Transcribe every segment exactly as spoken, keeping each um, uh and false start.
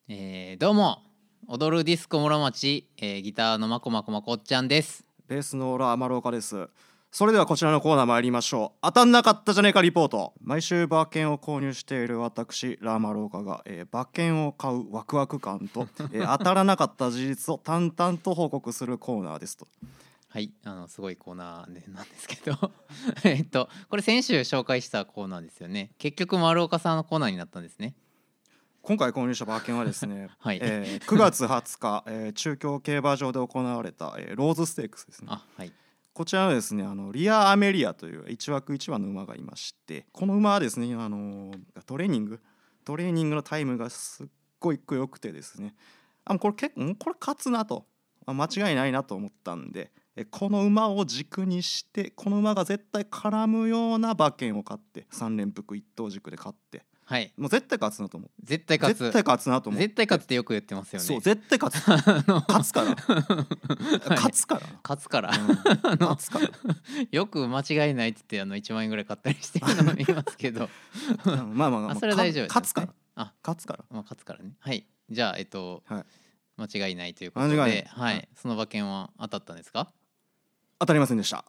えー、どうも踊るディスコ室町、えー、ギターのまこまこまこっちゃんです。 ベースのラーマローカです。それではこちらのコーナー参りましょう。当たんなかったじゃねえかリポート。毎週馬券を購入している私ラーマローカが、えー、馬券を買うワクワク感と、えー、当たらなかった事実を淡々と報告するコーナーですと。 はい、あのすごいコーナーでなんですけどえっとこれ先週紹介したコーナーですよね。結局丸岡さんのコーナーになったんですね。 今回購入した馬券はですね、 はいえー、くがつはつか、えー、中京競馬場で行われた、えー、ローズステークスですね。 あ、はい、 こちらはですね、あのリア・アメリアといういち枠いちばんの馬がいまして、この馬はですね、あのトレーニングトレーニングのタイムがすっごい良くてですね、あこれ結構これ勝つなと、間違いないなと思ったんで、この馬を軸にしてこの馬が絶対絡むような馬券を買ってさん連複一等軸で買って、 はい、 もう絶対勝つなと思って絶対勝つ絶対勝つなと思って絶対勝つってよく言ってますよね。 そう絶対勝つ勝つから、はい、勝つから勝つから、 うん、勝つからよく間違いないって言ってあのいちまん円ぐらい買ったりしてるのを見ますけどうん、まあまあまあ、 あそれは大丈夫です、ね、 勝つからあ勝つから、 まあ、勝つからね。はい、じゃあえっと、はい、間違いないということで、 間違いない、 はい、うん、その馬券は当たったんですか？ 当たりませんでした。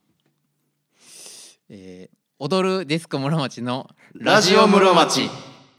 えー、踊るディスコ室町のラジオ室町。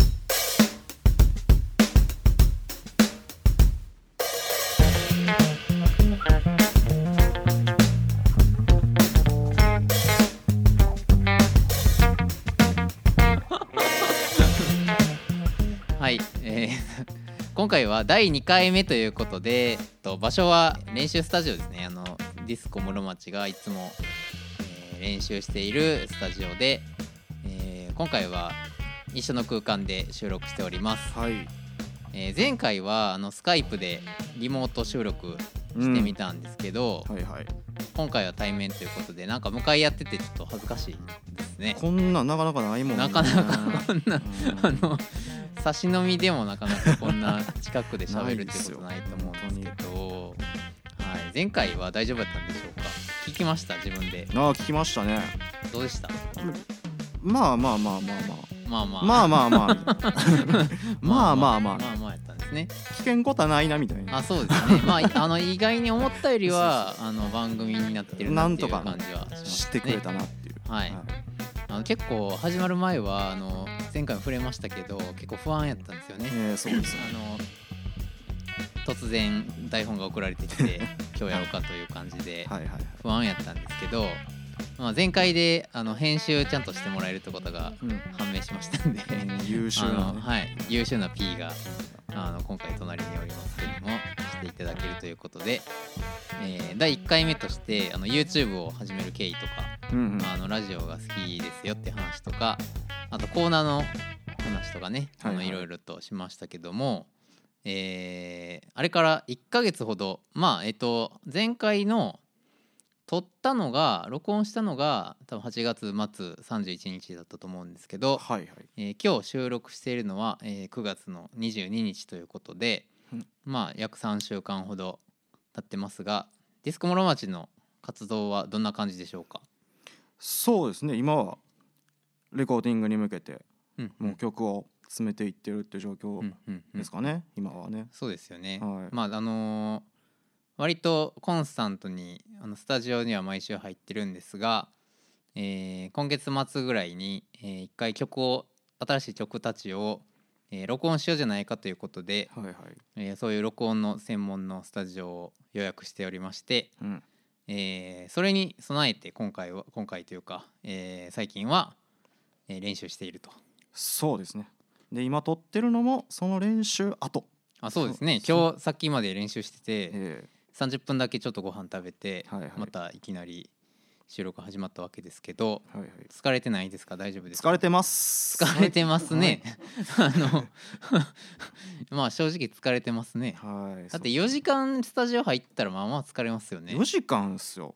はい、えー、今回はだいにかいめということで、と場所は練習スタジオですね。あのディスコ室町がいつも、えー、練習しているスタジオで、えー、今回は一緒の空間で収録しております。 はい、 えー、前回はあのスカイプでリモート収録してみたんですけど、 うん、はいはい、 今回は対面ということでなんか向かい合っててちょっと恥ずかしいですね。 こんななかなかないもんね。 なかなかこんな、うん、あの差し飲みでもなかなかこんな近くで喋るってことないと思うんですけどはい、前回は大丈夫だったんでしょうか？聞きました自分で。 ああ聞きましたね。 どうでした？ まあまあまあまあまあまあまあまあまあまあまあまあまあまあまあやったんですね。 危険ことはないなみたいな。 あ、そうですね。まああの意外に思ったよりはあの番組になってるなっていう感じはしますね。 してくれたなっていう。 はい、はい、あの結構始まる前はあの前回も触れましたけど結構不安やったんですよね。 えー、そうです。 あの突然台本が送られてきて今日やろうかという感じで不安やったんですけど、まあ、前回であの編集ちゃんとしてもらえるってことが判明しましたんで、うん、 優秀な、ね、 はい、優秀な P があの今回隣におりますけどもしていただけるということで、えー、だいいっかいめとしてあの YouTube を始める経緯とか、うんうん、あのラジオが好きですよって話とかあとコーナーの話とかね、はいはい、あのいろいろとしましたけども、えー、あれからいっかげつほどまあえっと前回の撮ったのが録音したのが多分はちがつ末さんじゅういちにちだったと思うんですけど、 はいはい、 えー、今日収録しているのは、えー、くがつのにじゅうににちということで、うん、まあ約さんしゅうかんほど経ってますがディスコ室町の活動はどんな感じでしょうか？ そうですね、今はレコーディングに向けてもう曲を詰めていってるっていう状況ですかね、うんうんうん、今はね。 そうですよね、 はい、 まああのー、割とコンスタントにあのスタジオには毎週入ってるんですが、えー、今月末ぐらいに、えー、一回曲を新しい曲たちを、えー、録音しようじゃないかということで、はいはい、えー、そういう録音の専門のスタジオを予約しておりまして、うん、えー、それに備えて今回は今回というか、えー、最近は、えー、練習していると。 そうですね。で今撮ってるのもその練習後。 あ、そうですね。今日さっきまで練習してて、えー、さんじゅっぷんだけちょっとご飯食べて、はいはい、またいきなり収録始まったわけですけど、はいはい、疲れてないですか？大丈夫ですか？ 疲れてます疲れてますね、はい、あのまあ正直疲れてますね、はい、だってよじかんスタジオ入ったらまあまあ疲れますよね。 よじかんっすよ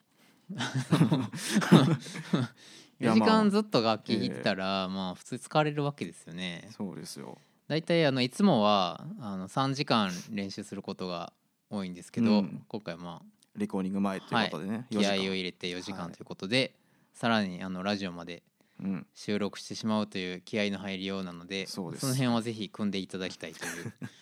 よじかんずっと楽器弾いたら、えー、まあ普通疲れるわけですよね。 そうですよ。 だいたいあのいつもはあのさんじかん練習することが多いんですけど、うん、今回はまあレコーディング前ということでね、 はい、気合を入れてよじかんということで、はい、さらにあのラジオまで収録してしまうという気合の入りようなので、うん、その辺はぜひ組んでいただきたいという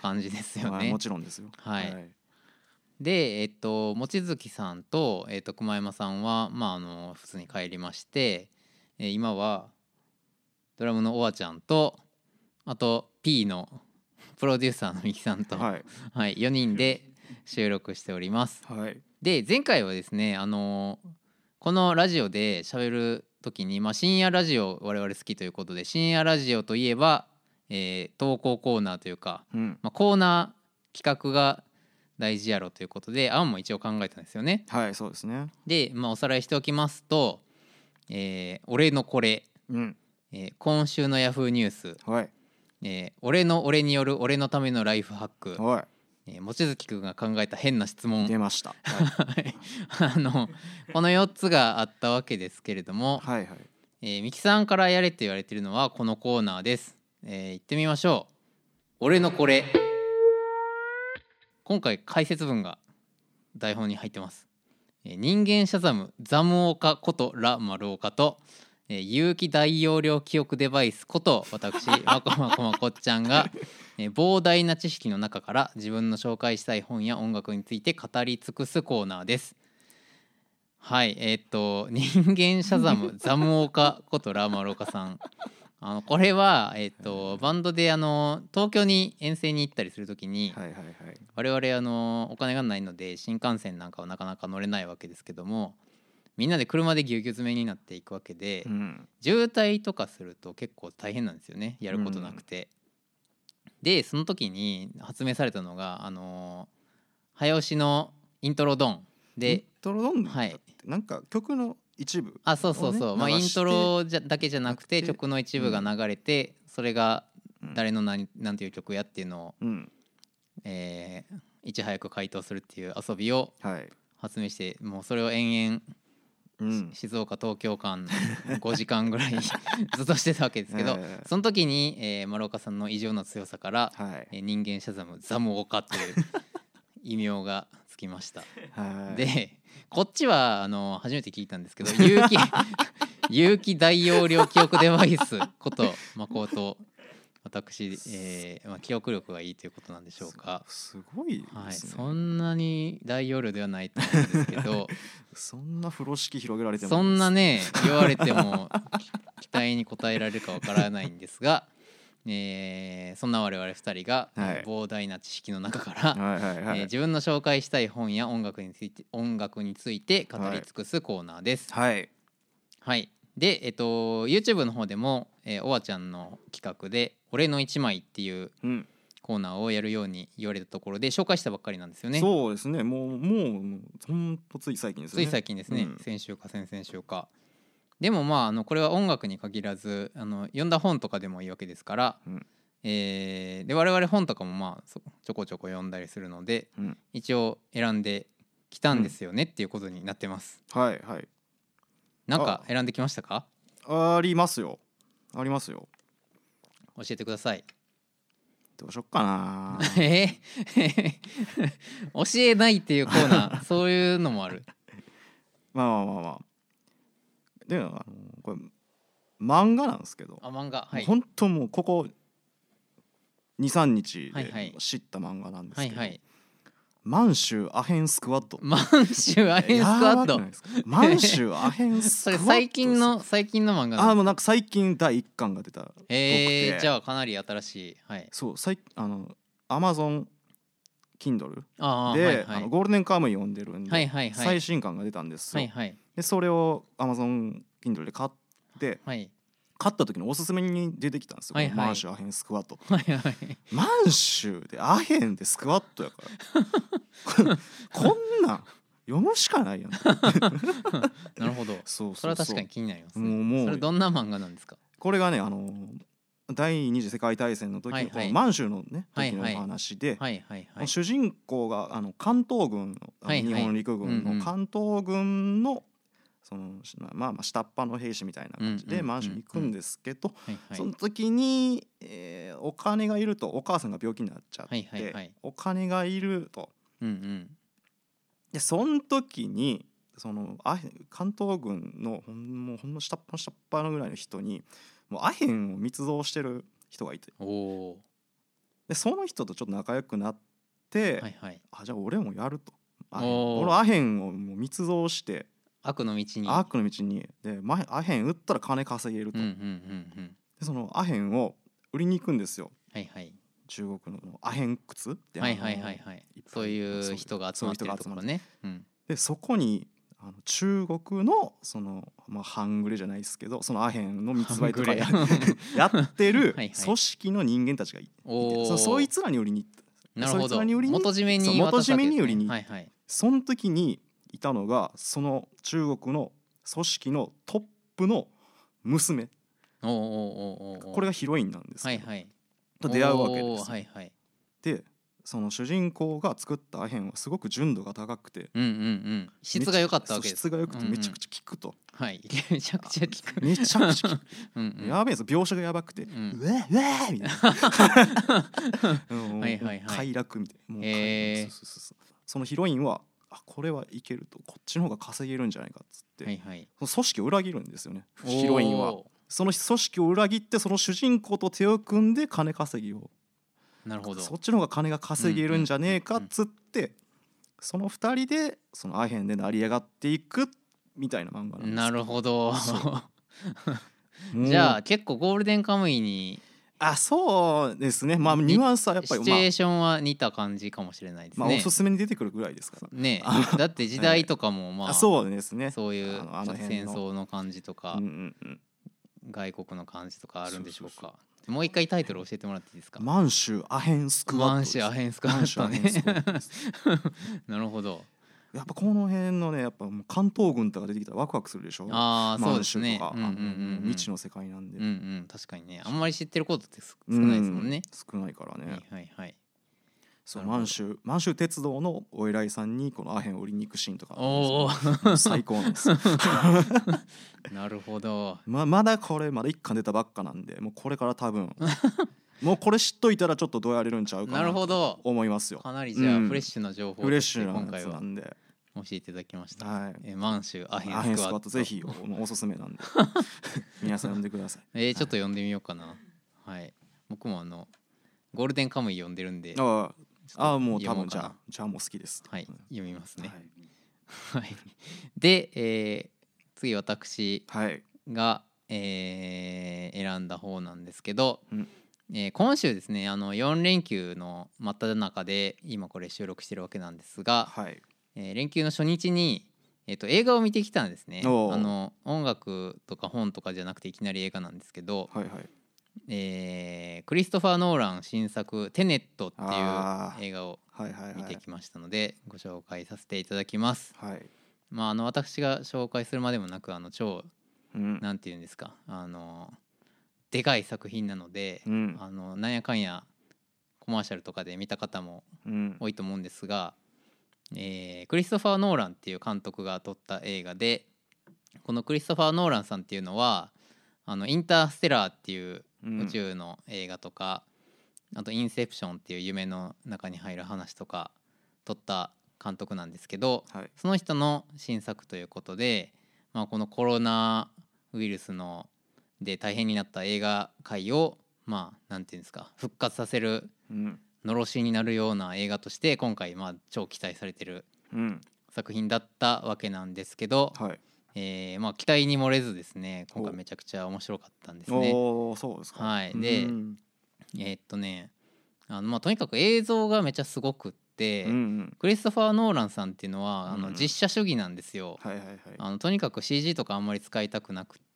感じですよね、 まあ、もちろんですよ。 はい、はい、でえっと望月さんと、えっと、熊山さんは、まあ、あの普通に帰りまして、えー、今はドラムのおわちゃんとあと P のプロデューサーのみきさんと、はいはい、よにんで収録しております、はい、で前回はですね、あのー、このラジオで喋る時に、まあ、深夜ラジオ我々好きということで、深夜ラジオといえば、えー、投稿コーナーというか、うんまあ、コーナー企画が大事やろということで案も一応考えたんですよね。 はいそうですね。 で、まあ、おさらいしておきますと、えー、俺のこれ、うんえー、今週のヤフーニュース、はいえー、俺の俺による俺のためのライフハック、はいえー、望月くんが考えた変な質問出ました、 はい、あのこのよっつがあったわけですけれども、はいはいえー、ミキさんからやれって言われているのはこのコーナーです、えー、行ってみましょう。俺のこれ。今回解説文が台本に入ってます。えー、人間シャザムザムオカことラマルオカとえー、有機大容量記憶デバイスこと私まこまこまこっちゃんが、えー、膨大な知識の中から自分の紹介したい本や音楽について語り尽くすコーナーです。はいえー、っと人間シャザムザムオカことラーマロカさん、あのこれは、えー、っとバンドであの東京に遠征に行ったりするときに、はいはいはい、我々あのお金がないので新幹線なんかはなかなか乗れないわけですけども、みんなで車でぎゅうぎゅう詰めになっていくわけで、うん、渋滞とかすると結構大変なんですよね、やることなくて、うん、でその時に発明されたのがあのー、早押しのイントロドンで、イントロドンはい、なんか曲の一部、ね、 あそうそうそう、まあ、イントロじゃだけじゃなくて曲の一部が流れて、うん、それが誰の何、なんていう曲やっていうのを、うんえー、いち早く回答するっていう遊びを発明して、はい、もうそれを延々うん、静岡東京間ごじかんぐらいずっとしてたわけですけど、えー、その時に、えー、丸岡さんの異常な強さから、はいえー、人間シャザムザムオカという異名がつきました。はいでこっちはあの初めて聞いたんですけど、有機有機大容量記憶デバイスこと誠私、えーまあ、記憶力がいいということなんでしょうか。 すごいですね、 はい、そんなに大容量ではないと思うんですけどそんな風呂敷広げられてもそんなね言われても期待に応えられるかわからないんですが、えー、そんな我々ふたりが、はい、膨大な知識の中から、はいはいはいえー、自分の紹介したい本や音楽について音楽について語り尽くすコーナーです。はい、はいで、えっと、YouTube の方でも、えー、おわちゃんの企画で俺の一枚っていうコーナーをやるように言われたところで紹介したばっかりなんですよね。 そうですね、もうもうほんとつい最近ですね。 つい最近ですね、うん、先週か先々週か。でもまああのこれは音楽に限らずあの読んだ本とかでもいいわけですから、うんえー、で我々本とかもまあちょこちょこ読んだりするので、うん、一応選んできたんですよね、うん、っていうことになってます。はいはいなんか選んできましたか？ ありますよありますよ教えてください。 どうしよっかなえ教えないっていうコーナーそういうのもあるまあまあまあまあであのこれ漫画なんですけど、 あ漫画はい本当もうここ に,さん 日で知った漫画なんですけど、はいはい満州アヘンスクワッド。 満州アヘンスクワッド。 満州アヘンスクワッド。 それ最近の最近の漫画なんですか？ あもうなんか最近だいいっかんが出た。 えー、じゃあかなり新しい。はい。 そう最あのアマゾン Kindle で、 はいはい、 あのゴールデンカムイ読んでるんで、 はいはいはい、 最新刊が出たんですよ。 はいはい、 でそれをアマゾン Kindle で買って。はい買った時のおすすめに出てきたんですよ、はいはい、満州アヘンスクワット、はいはい、満州でアヘンでスクワットやからこんなん読むしかないやんなるほど。そうそうそう、それは確かに気になりますね。もうもうそれどんな漫画なんですか？ これがねあの第二次世界大戦の時の、はいはい、満州のね時の話で、はいはいはい、主人公があの関東軍の、はいはい、日本陸軍の関東軍のそのまあまあ下っ端の兵士みたいな感じで満州に行くんですけど、その時に、えー、お金がいるとお母さんが病気になっちゃって、はいはいはい、お金がいると、うんうん、でその時にそのアヘン関東軍のほんもうほんの下っ端下っ端のぐらいの人にもうアヘンを密造してる人がいて、おでその人とちょっと仲良くなって、 はいはい、 あじゃあ俺もやると、アヘン俺アヘンをもう密造して悪の道に悪の道にで、ま、アヘン売ったら金稼げると、 うんうんうんうん、 でそのアヘンを売りに行くんですよ。 はいはい、 中国のアヘン窟ってはいはいはいはい、そういう人が集まってるところね。うん、 でそこにあの中国のその、まあ、半グレじゃないですけどそのアヘンの密売とか や, やってる組織の人間たちがいてそ, そいつらに売りに行った。 なるほど。 そいつらに売りに元締めに元締めに売りに、 はいはい、 その時にいたのがその中国の組織のトップの娘、 おーおーおーおーこれがヒロインなんですけど、 はいはい、 と出会うわけです。 はいはい、 でその主人公が作ったアヘンはすごく純度が高くて、 うんうんうん、質が良かったわけです。 質が良くてめちゃくちゃ効くと、うんうん、はいめちゃくちゃ効くめちゃくちゃ効くうん、うん、やべえぞ描写がやばくて、うん、うわうわーみたいなはいはい、はい、快楽みたいなもう快楽、えー、そうそうそう、そのヒロインはあこれはいけるとこっちの方が稼げるんじゃないかっつって、はいはい、その組織を裏切るんですよね。ヒロインはその組織を裏切ってその主人公と手を組んで金稼ぎを、なるほど、そっちの方が金が稼げるんじゃねえかっつって、うんうんうんうん、そのふたりでそのアヘンで成り上がっていくみたいな漫画なんです。 なるほどじゃあ結構ゴールデンカムイに、 あそうですね、まあニュアンスはやっぱり、 シチュエーションは似た感じかもしれないですね。 まあ、おすすめに出てくるぐらいですからね。だって時代とかもまあ、 あそうですね、 そういう戦争の感じとか、 うんうんうん、 外国の感じとかあるんでしょうか。そうそうそう、もう一回タイトル教えてもらっていいですか。 満州アヘンスクワット。 満州アヘンスクワットねなるほど。やっぱこの辺のねやっぱもう関東軍とか出てきたらワクワクするでしょ。 ああそうですね、 満州とか、うんうんうん、未知の世界なんで、 うんうん、確かにね、あんまり知ってることって少ないですもんね、 うん、少ないからね、 はいはいはい、 そう満州満州鉄道のお偉いさんにこのアヘンを売りに行くシーンとかおお最高なんですなるほど、 ま, まだこれまだいっかん出たばっかなんでもうこれから多分もうこれ知っといたらちょっとどうやれるんちゃうかなと思いますよ。 かなりじゃあフレッシュな情報を、 フレッシュなやつなんで教えていただきました、 はい、 えー、満州アヘンスクワットぜひ お, おすすめなんで皆さん読んでくださいえー、ちょっと読んでみようかな。はい、僕もあのゴールデンカムイ読んでるんで、 ああもう多分じゃあじゃあもう好きです。 はい、読みますね。はい、で、えー、次私が、はい、えー、選んだ方なんですけど、うん、えー、今週ですねあのよん連休の真っ只中で今これ収録してるわけなんですが、はい、えー、連休の初日に、えー、と映画を見てきたんですね。あの音楽とか本とかじゃなくていきなり映画なんですけど、はいはい、えー、クリストファー・ノーラン新作テネットっていう映画を見てきましたのでご紹介させていただきます。はい、まあ、あの私が紹介するまでもなくあの超、うん、なんていうんですかあのでかい作品なので、うん、あのなんやかんやコマーシャルとかで見た方も多いと思うんですが、うん、えー、クリストファー・ノーランっていう監督が撮った映画で、このクリストファー・ノーランさんっていうのはあのインターステラーっていう宇宙の映画とか、うん、あとインセプションっていう夢の中に入る話とか撮った監督なんですけど、はい、その人の新作ということで、まあ、このコロナウイルスので大変になった映画界をまあなんていうんですか復活させるのろしになるような映画として今回まあ超期待されてる作品だったわけなんですけど、はい、えーまあ、期待に漏れずですね今回めちゃくちゃ面白かったんですね。 おそうですか。 はい、でえー、っとねあの、まあ、とにかく映像がめちゃすごくって、うんうん、クリストファー・ノーランさんっていうのは、うん、あの実写主義なんですよ。はいはいはい、あのとにかく シージー とかあんまり使いたくなくって、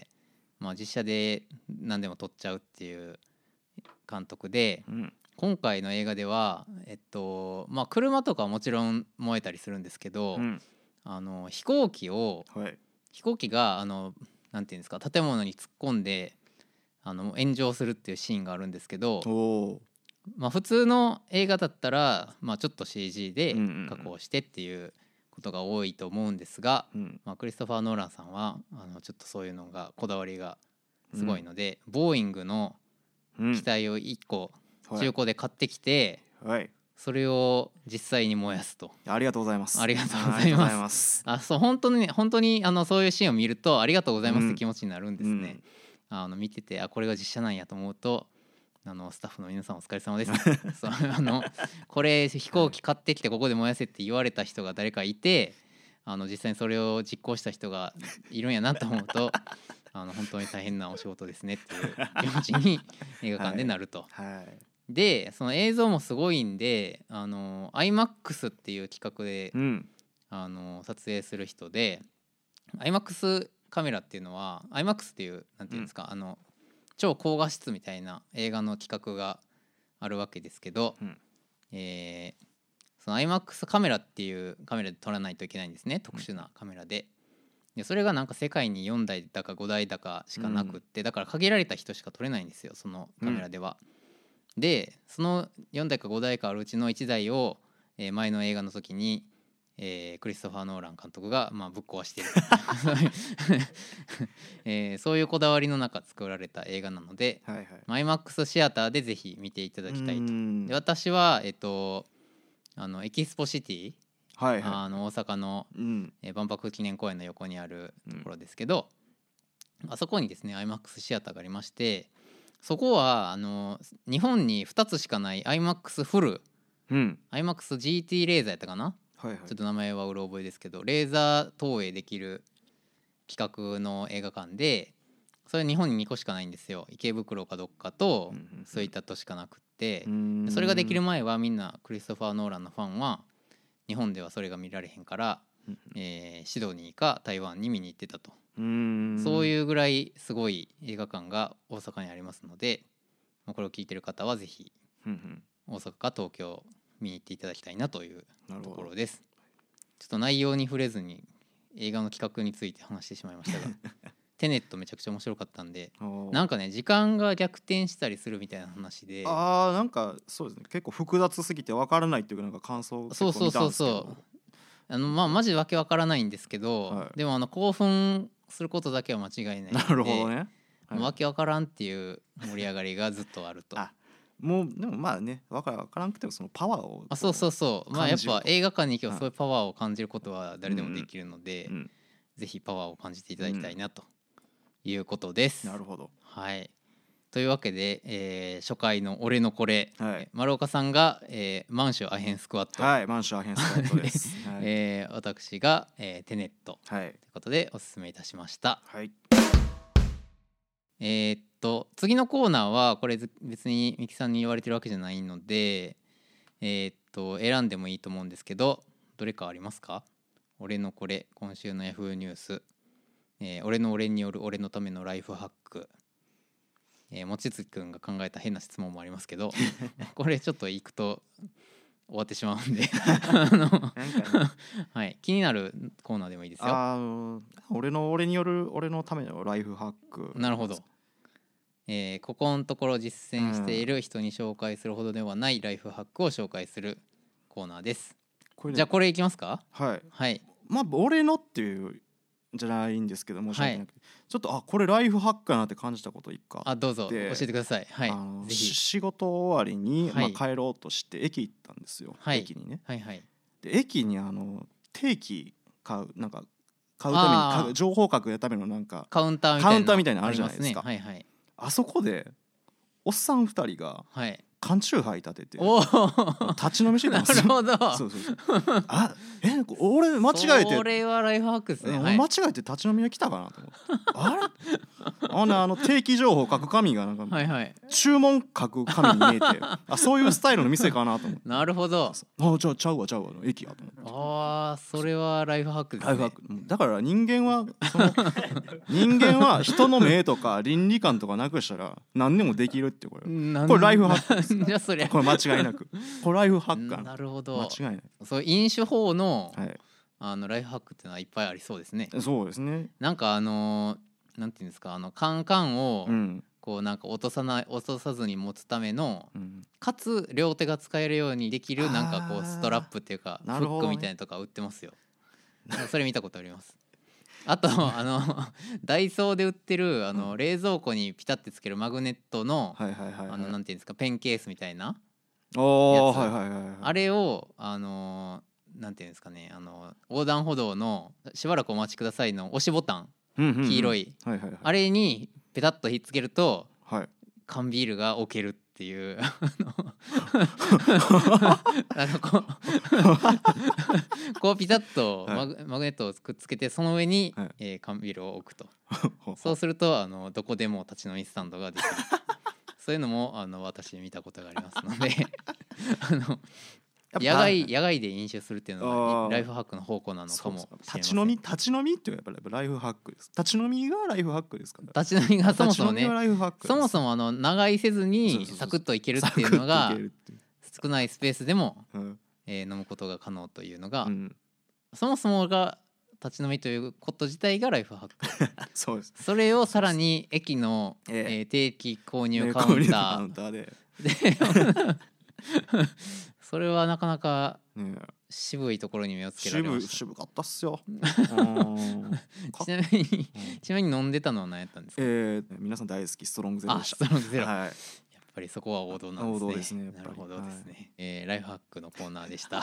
まあ、実写で何でも撮っちゃうっていう監督で、うん、今回の映画では、えっとまあ、車とかはもちろん燃えたりするんですけど、うん、あの飛行機を、はい、飛行機があのなんていうんですか建物に突っ込んであの炎上するっていうシーンがあるんですけど、まあ、普通の映画だったら、まあ、ちょっと シージー で加工してっていうことが多いと思うんですが、うん、まあ、クリストファー・ノーランさんはあのちょっとそういうのがこだわりがすごいので、うん、ボーイングの機体をいっこ中古で買ってきて、はいはい、それを実際に燃やすと。 ありがとうございます。 ありがとうございます。あ、そう本当にね本当にあのそういうシーンを見るとありがとうございますって気持ちになるんですね。うん、あの見ててあこれが実写なんやと思うとあのスタッフの皆さんお疲れ様ですそうあのこれ飛行機買ってきてここで燃やせって言われた人が誰かいて、あの実際にそれを実行した人がいるんやなと思うとあの本当に大変なお仕事ですねっていう気持ちに映画館でなると、 はいはい、 でその映像もすごいんで、あの アイマックス っていう企画で、うん、あの撮影する人で アイマックス カメラっていうのは アイマックス っていうなんていうんですか、うん、あの超高画質みたいな映画の企画があるわけですけど、うん、えー、その アイマックス カメラっていうカメラで撮らないといけないんですね、特殊なカメラで。でそれがなんか世界によんだいだかごだいだかしかなくって、うん、だから限られた人しか撮れないんですよ、そのカメラでは、うん、でそのよんだいかごだいかあるうちのいちだいを、えー、前の映画の時にえー、クリストファー・ノーラン監督が、まあ、ぶっ壊している、えー、そういうこだわりの中作られた映画なので、はいはい、アイマックス シアターでぜひ見ていただきたいと。で私は、えっと、あのエキスポシティ、はいはい、あの大阪の、うんえー、万博記念公園の横にあるところですけど、うん、あそこにですね アイマックス シアターがありまして、そこはあの日本にふたつしかない アイマックス フル、うん、アイマックス ジーティー レーザーやったかな、はいはい、ちょっと名前はうろ覚えですけど、レーザー投影できる企画の映画館で、それ日本ににこしかないんですよ。池袋かどっかとそういったとしかなくって、それができる前はみんなクリストファー・ノーランのファンは日本ではそれが見られへんから、えー、シドニーか台湾に見に行ってたと。うーん、そういうぐらいすごい映画館が大阪にありますので、これを聞いてる方はぜひ大阪か東京見に行っていただきたいなというところです。ちょっと内容に触れずに映画の企画について話してしまいましたがテネットめちゃくちゃ面白かったんで、なんかね時間が逆転したりするみたいな話で、 あーなんかそうですね、結構複雑すぎて分からないっていうなんか感想を結構見たんですけど、そうそうそうそう、 あのまあマジわけわからないんですけど、はい、でもあの興奮することだけは間違いないので、 なるほどね、 はい、わけわからんっていう盛り上がりがずっとあるとあもうでもまあね分から分からなくてもそのパワーをあそうそうそうまあやっぱ映画館に行けばそういうパワーを感じることは誰でもできるので、うんうん、ぜひパワーを感じていただきたいなということです、 うん、なるほど、 はい、というわけで、えー、初回の俺のこれ、はい、丸岡さんが、えー、満州アヘンスクワット、 はい満州アヘンスクワットです、 はいえー、私が、えー、テネット、はい、ということでおすすめいたしました、はい、えー、っと次のコーナーはこれ別にミキさんに言われてるわけじゃないので、えー、っと選んでもいいと思うんですけど、どれかありますか？俺のこれ、今週のヤフーニュース、えー、俺の俺による俺のためのライフハック、えー、望月くんが考えた変な質問もありますけどこれちょっといくと終わってしまうんであのなんか、ねはい、気になるコーナーでもいいですよ。 あ俺の俺による俺のためのライフハック。 なるほど、えー、ここのところ実践している人に紹介するほどではないライフハックを紹介するコーナーです。これじゃあこれいきますか？ はい、 はい、 まあ俺のっていうじゃないんですけど申し訳なくて、はい、ちょっとあこれライフハックかなって感じたこと一個あって、 あどうぞ教えてください。はい、 あのぜひ仕事終わりに、はいまあ、帰ろうとして駅行ったんですよ、はい、駅にね、はいはい、で駅にあの定期買うなんか買うために情報確認のためのなんかカウンターみたいなカウンターみたいなのあるじゃないですか。 ありますね、はいはい、 あそこでおっさんふたりが、はい缶チューハイ立ててお立ち飲みしてたんですよ。 なるほど。 そうそうそうあえ俺間違えてそれはライフハックですね。 俺間違えて立ち飲みが来たかなと思ってあれあのあの定期情報書く紙がなんかはい、はい、注文書く紙に見えてあそういうスタイルの店かなと思ってなるほど。 あじゃあちゃうわちゃうわ駅やと思って、 ああそれはライフハックですね。ライフハックだから人間はその人間は人の目とか倫理観とかなくしたら何でもできるってこれこれライフハックですじゃあそれこれ間違いなくこれライフハッカーなるほど間違いない。 そう飲酒法の、はい、あのライフハックっていうのはいっぱいありそうですね。 そうですね。 なんかあのー、なんていうんですかあのカンカンを、うん、こうなんか落とさない落とさずに持つための、うん、かつ両手が使えるようにできるなんかこうストラップっていうかフックみたいなとか売ってますよ。それ見たことあります。あとあのダイソーで売ってるあの、うん、冷蔵庫にピタってつけるマグネットのあのなんていうんですかペンケースみたいなやつ、はいはいはいはい、あれをあのなんていうんですかねあの横断歩道のしばらくお待ちくださいの押しボタン、うんうんうん、黄色い、はいはいはい、あれにペタッとひっつけると、はい、缶ビールが置けるっていうあのこうこうピタッとマグ、はい、マグネットをくっつけてその上に、はいえー、缶ビールを置くとそうするとあのどこでも立ち飲みスタンドができるそういうのもあの私見たことがありますのであの野外野外で飲酒するっていうのがライフハックの方向なのかもしれません。 立ち飲み立ち飲みっていうのはやっぱりライフハックです。立ち飲みがライフハックですから。 立ち飲みがそもそもねそもそもあの長居せずにサクッといけるっていうのが少ないスペースでも、うんえー、飲むことが可能というのが、うん、そもそもが立ち飲みということ自体がライフハックそうです。 それをさらに駅の、えー、定期購入カウンターでそれはなかなか渋いところに目をつけられました。 渋、渋かったっすよちなみにちなみに飲んでたのは何やったんですか？ えー、皆さん大好きストロングゼロでした。 あ、ストロングゼロ、 はい、 やっぱりそこは王道なんですね。 王道ですね。 なるほどですね、はいえー、ライフハックのコーナーでした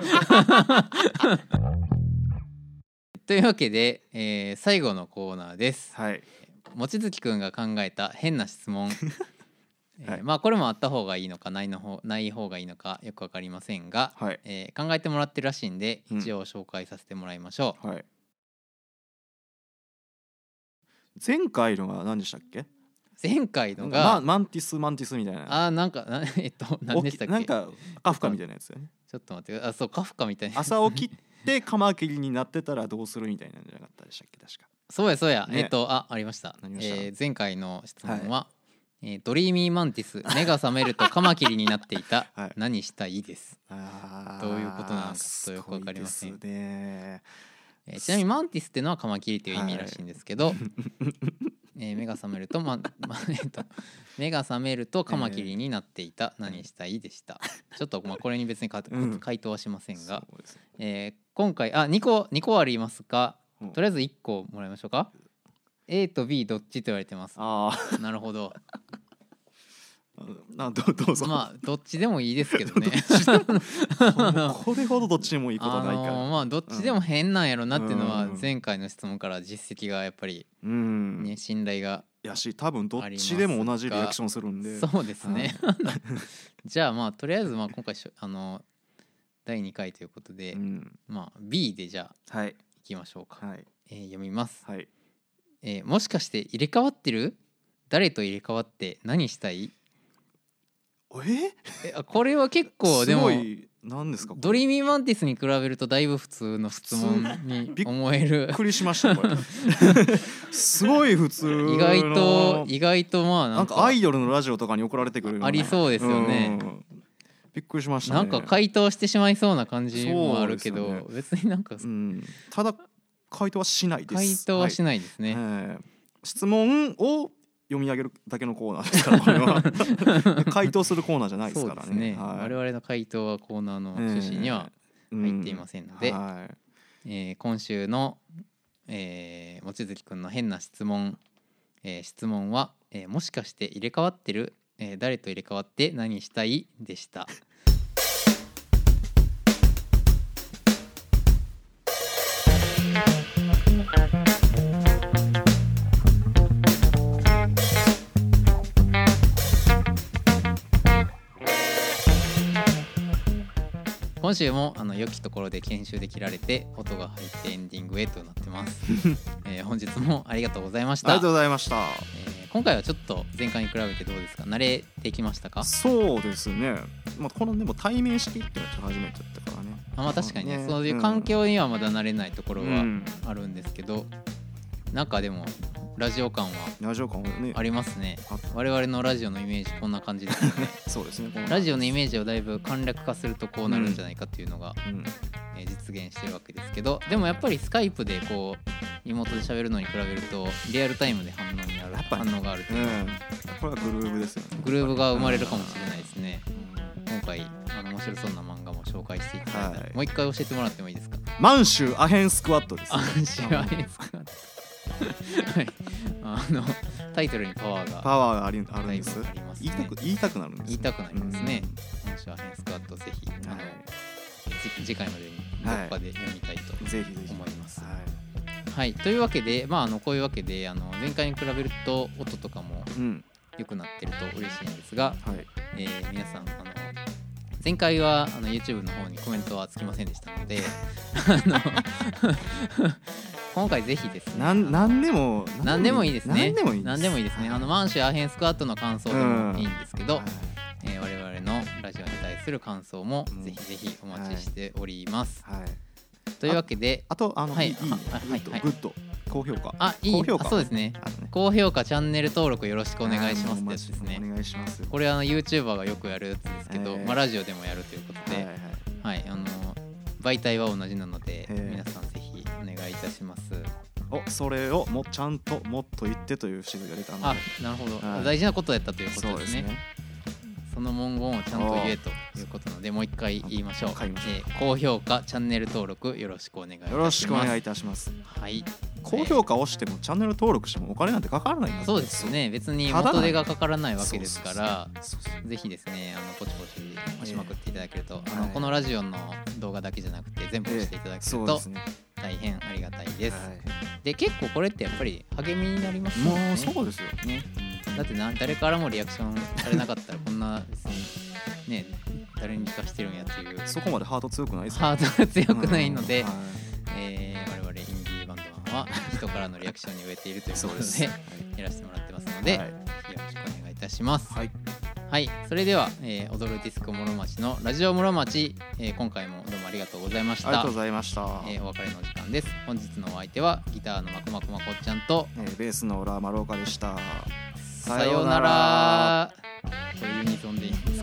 というわけで、えー、最後のコーナーです、 はい、 望月くんが考えた変な質問えーはい、 まあこれもあった方がいいのかないの方ない方がいいのかよく分かりませんが、 はいえー、考えてもらってるらしいんで一応紹介させてもらいましょう、 うんはい、前回のが何でしたっけ？ 前回のが、 ま、マンティスマンティスみたいなあなんかなえっと何でしたっけ？ なんかカフカみたいなやつよね。 ちょっと待ってあそうカフカみたいな朝起きてカマキリになってたらどうするみたいなんじゃなかったでしたっけ？確かそうやそうや、ね、えっとあありました。 何ました、 えー、前回の質問は、はいえー、ドリーミーマンティス目が覚めるとカマキリになっていた、はい、何したいです。あどういうことなのかちょっとよく分かりません。ねえー、ちなみにマンティスっていうのはカマキリという意味らしいんですけど、はいえー、目が覚めると、ままえー、と目が覚めるとカマキリになっていた、えー、何したいでした。ちょっとまあこれに別に回答はしませんが、うんえー、今回あ2個2個ありますがとりあえずいっこもらいましょうか。A と B どっちと言われてます。あなるほどな ど, どうぞまあどっちでもいいですけどねこれほどどっちでもいいことないから、あのー、まあどっちでも変なんやろなっていうのは前回の質問から実績がやっぱり、ね、うん信頼がやし多分どっちでも同じリアクションするんでそうですね、はい、じゃあまあとりあえずまあ今回あのだいにかいということで、うん、まあ B でじゃあ、はい、いきましょうか、はいえー、読みます、はいえー、もしかして入れ替わってる？誰と入れ替わって何したい？ ええこれは結構でも何ですかドリーミーマンティスに比べるとだいぶ普通の質問に思えるびっくりしましたこれすごい普通の意外と意外とまあなんかアイドルのラジオとかに送られてくるようなありそうですよね、うん、 びっくりしましたね。 なんか回答してしまいそうな感じもあるけど、ね、別になんか、 うん、ただ回答はしないです。 回答はしないですね、はいえー、質問を読み上げるだけのコーナーですからこれは回答するコーナーじゃないですからね。そうですね、はい、 我々の回答はコーナーの趣旨には入っていませんので、えーうんはいえー、今週の、えー、望月くんの変な質問、えー、質問は、えー、もしかして入れ替わってる、えー、誰と入れ替わって何したいでした今週もあの良きところで研修で切られて音が入ってエンディングへとなってます、えー、本日もありがとうございました。 ありがとうございました、 えー、今回はちょっと前回に比べてどうですか？慣れてきましたか？ そうですね、まあ、このでも対面式っていうのは初めてだったからね。 あまあ確かにね、ねそういう環境にはまだ慣れないところはあるんですけど、うん、なんかでもラジオ感はラジオ感はねありますね。我々のラジオのイメージこんな感じですよねそうですね。 ラジオのイメージをだいぶ簡略化するとこうなるんじゃないかっていうのが、うんえー、実現してるわけですけど、でもやっぱりスカイプでこうリモートで喋るのに比べるとリアルタイムで反応になる反応があるという、うん、 これはグルーブですよね。 グルーブが生まれるかもしれないですね、うん、今回あの面白そうな漫画も紹介していただいたら、はい、もう一回教えてもらってもいいですか？ 満州アヘンスクワットです、ね、 満州アヘンスクワットはい、あのタイトルにパワーがパワーがありあるんです。 あります、ね、 言いたく言いたくなるんです、ね、 言いたくなりますね。今週はヘンスクワットぜひ、あの、はい、次回までにどこかで読みたいと思います。はい、はい、というわけで、まああのこういうわけであの前回に比べると音とかも良くなってると嬉しいんですが、はいえー、皆さんあの前回はあの YouTube の方にコメントはつきませんでしたのであの今回ぜひですね、 なんなんでも何でもいいですね。 何でもいいです。 何でもいいですね。あのマンシュアヘンスクワットの感想でもいいんですけど、うん、えー、我々のラジオに対する感想もぜひぜひお待ちしております。はいはい、というわけで、 あ, あとあの、はい、いい、 はいはいはい、 グッド高評価。 あ、いい、高評価、そうですね。高評価、チャンネル登録よろしくお願いしますってやつですね。 お願いします。 これはあの YouTuber がよくやるやつですけど、えー、まあラジオでもやるということで、はい、はいはい、あの媒体は同じなので、えー、皆さんぜひお願いいたします。 お、それをもちゃんともっと言ってという指示が出たので、 あ、なるほど、はい、大事なことやったということですね。そうですね。その文言をちゃんと言えということなので、もう一回言いましょう。えー、高評価、チャンネル登録よろしくお願いいたします。 よろしくお願いいたします。 はい。 高評価を押してもチャンネル登録してもお金なんてかからないんです。 そうですね。別に元手がかからないわけですから、ぜひですね、あのポチポチ押しまくっていただけると、えー、あのこのラジオの動画だけじゃなくて全部押していただけると、えー、そうですね、大変ありがたいです。はい、で結構これってやっぱり励みになりますよね。 もうそうですよね。 だってな誰からもリアクションされなかったらこんな別にね、誰に聞かしてるんやっていう、 そこまでハート強くないですか、ね、ハートが強くないので、うん、はい、えー、我々インディーバンドマンは人からのリアクションに飢えているということでで、はい、やらせてもらってますので、はい、よろしくお願いいたします。はい、はい、それでは、えー、踊るディスコ室町のラジオ室町、えー、今回もどうもありがとうございました。 ありがとうございました。 えー、お別れの時間です。本日のお相手はギターのまこまこまこっちゃんと、 えー、ベースの浦間廊下でした。 さようなら。これユニゾンでいいんです。